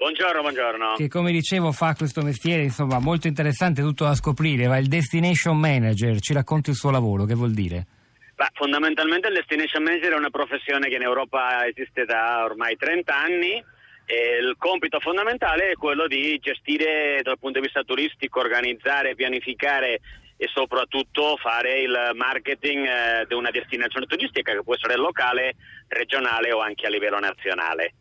Buongiorno. Che, come dicevo, fa questo mestiere, insomma, molto interessante, tutto da scoprire. Va il Destination Manager, ci racconti il suo lavoro, che vuol dire? Fondamentalmente il Destination Manager è una professione che in Europa esiste da ormai 30 anni e il compito fondamentale è quello di gestire dal punto di vista turistico, organizzare, pianificare e soprattutto fare il marketing di una destinazione turistica che può essere locale, regionale o anche a livello nazionale.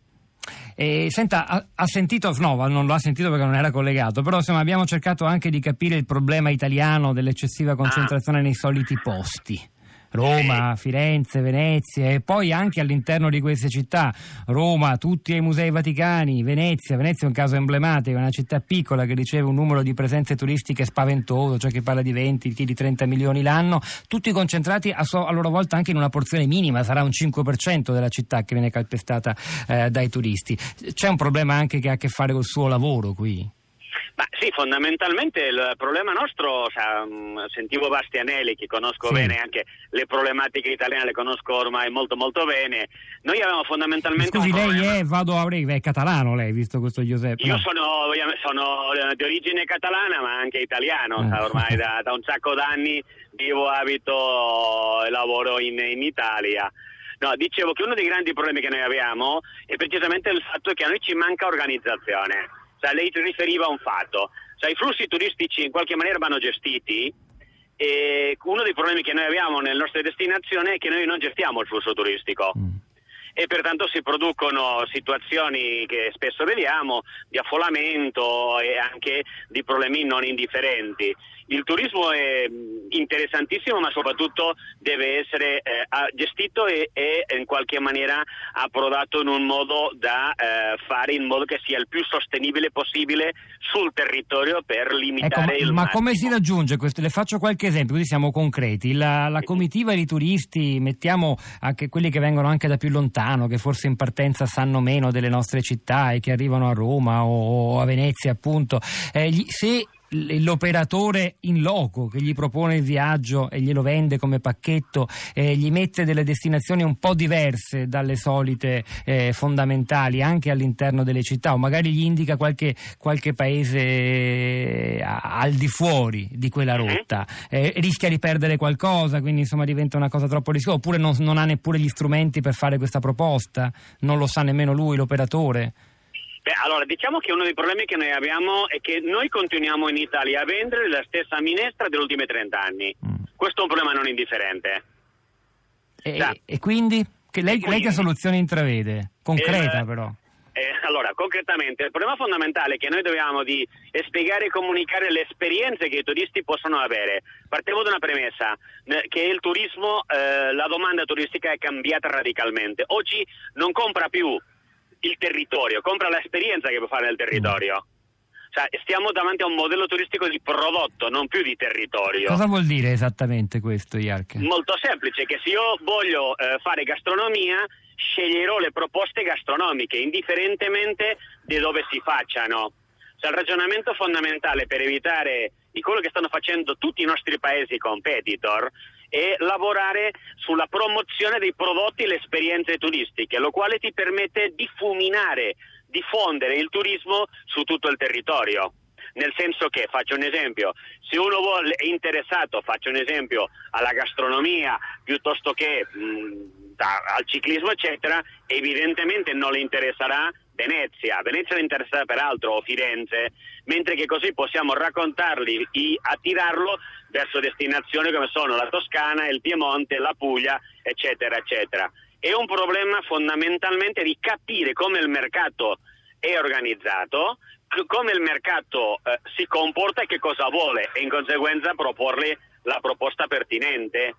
Senta, ha sentito, no, non lo ha sentito perché non era collegato, però insomma abbiamo cercato anche di capire il problema italiano dell'eccessiva concentrazione nei soliti posti. Roma, Firenze, Venezia e poi anche all'interno di queste città. Roma, tutti ai musei vaticani, Venezia è un caso emblematico, è una città piccola che riceve un numero di presenze turistiche spaventoso, cioè che parla di 20, di 30 milioni l'anno, tutti concentrati a loro volta anche in una porzione minima, sarà un 5% della città che viene calpestata dai turisti. C'è un problema anche che ha a che fare col suo lavoro qui? Sì, fondamentalmente il problema nostro, sentivo Bastianelli, che conosco bene, anche le problematiche italiane le conosco ormai molto molto bene. Noi avevamo fondamentalmente lei è catalano, lei, visto questo Giuseppe? Io sono di origine catalana ma anche italiano, ormai da un sacco d'anni vivo, abito e lavoro in Italia. No, dicevo che uno dei grandi problemi che noi abbiamo è precisamente il fatto che a noi ci manca organizzazione. Lei riferiva a un fatto, i flussi turistici in qualche maniera vanno gestiti e uno dei problemi che noi abbiamo nelle nostre destinazioni è che noi non gestiamo il flusso turistico e pertanto si producono situazioni che spesso vediamo di affollamento e anche di problemi non indifferenti. Il turismo è interessantissimo, ma soprattutto deve essere gestito e in qualche maniera approdato in un modo da fare in modo che sia il più sostenibile possibile sul territorio per limitare il ma massimo. Come si raggiunge questo? Le faccio qualche esempio, così siamo concreti. La comitiva di turisti, mettiamo anche quelli che vengono anche da più lontano, che forse in partenza sanno meno delle nostre città e che arrivano a Roma o a Venezia, appunto. Se l'operatore in loco che gli propone il viaggio e glielo vende come pacchetto gli mette delle destinazioni un po' diverse dalle solite fondamentali anche all'interno delle città, o magari gli indica qualche paese al di fuori di quella rotta, rischia di perdere qualcosa, quindi insomma diventa una cosa troppo rischiosa, oppure non ha neppure gli strumenti per fare questa proposta, non lo sa nemmeno lui, l'operatore. Allora, diciamo che uno dei problemi che noi abbiamo è che noi continuiamo in Italia a vendere la stessa minestra degli ultimi 30 anni. Questo è un problema non indifferente. E quindi? Lei che soluzione intravede? Concreta però. Allora, concretamente, il problema fondamentale è che noi dobbiamo spiegare e comunicare le esperienze che i turisti possono avere. Partiamo da una premessa, che il turismo, la domanda turistica è cambiata radicalmente. Oggi non compra più il territorio, compra l'esperienza che può fare nel territorio. Stiamo davanti a un modello turistico di prodotto, non più di territorio. Cosa vuol dire esattamente questo, Jarche? Molto semplice, che se io voglio fare gastronomia, sceglierò le proposte gastronomiche, indifferentemente di dove si facciano. Il ragionamento fondamentale per evitare quello che stanno facendo tutti i nostri paesi competitor e lavorare sulla promozione dei prodotti e le esperienze turistiche, lo quale ti permette di diffondere il turismo su tutto il territorio. Nel senso che, faccio un esempio, se uno è interessato, faccio un esempio, alla gastronomia piuttosto che al ciclismo eccetera, evidentemente non le interesserà Venezia le interesserà per altro, o Firenze, mentre che così possiamo raccontarli e attirarlo verso destinazioni come sono la Toscana, il Piemonte, la Puglia, eccetera, eccetera. È un problema fondamentalmente di capire come il mercato è organizzato, come il mercato si comporta e che cosa vuole, e in conseguenza proporle la proposta pertinente.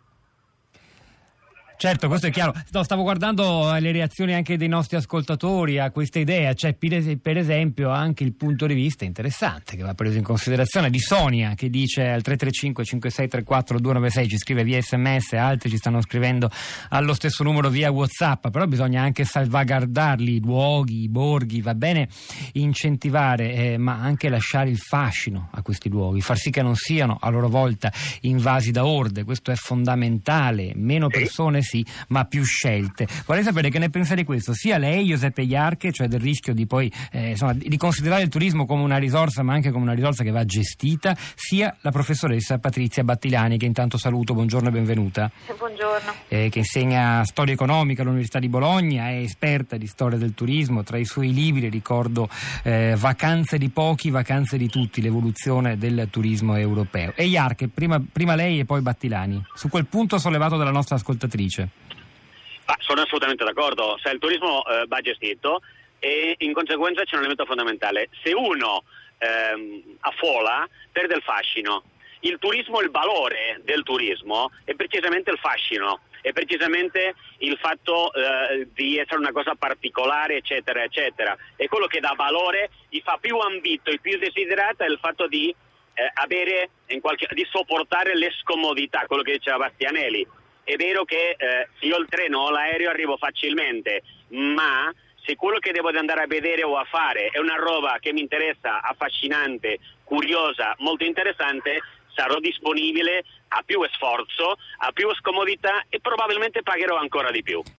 Certo, questo è chiaro. No, stavo guardando le reazioni anche dei nostri ascoltatori a questa idea. C'è per esempio anche il punto di vista interessante che va preso in considerazione di Sonia, che dice al 335 5634 296, ci scrive via SMS, altri ci stanno scrivendo allo stesso numero via WhatsApp, però bisogna anche salvaguardarli, i luoghi, i borghi, va bene incentivare, ma anche lasciare il fascino a questi luoghi, far sì che non siano a loro volta invasi da orde. Questo è fondamentale. Meno persone si sì, ma più scelte. Vorrei sapere che ne pensa di questo, sia lei, Giuseppe Iarche, cioè del rischio di poi di considerare il turismo come una risorsa, ma anche come una risorsa che va gestita, sia la professoressa Patrizia Battilani, che intanto saluto, buongiorno e benvenuta. Buongiorno. Che insegna storia economica all'Università di Bologna, è esperta di storia del turismo. Tra i suoi libri ricordo Vacanze di pochi, vacanze di tutti, l'evoluzione del turismo europeo. E Iarche, prima lei e poi Battilani, su quel punto sollevato dalla nostra ascoltatrice. Sono assolutamente d'accordo, se il turismo va gestito e in conseguenza c'è un elemento fondamentale: se uno affolla perde il fascino. Il turismo, il valore del turismo è precisamente il fascino, è precisamente il fatto di essere una cosa particolare, eccetera, eccetera. E quello che dà valore, gli fa più ambito e più desiderato, è il fatto di avere, di sopportare le scomodità, quello che diceva Bastianelli. È vero che se io ho il treno o l'aereo arrivo facilmente, ma se quello che devo andare a vedere o a fare è una roba che mi interessa, affascinante, curiosa, molto interessante, sarò disponibile a più sforzo, a più scomodità e probabilmente pagherò ancora di più.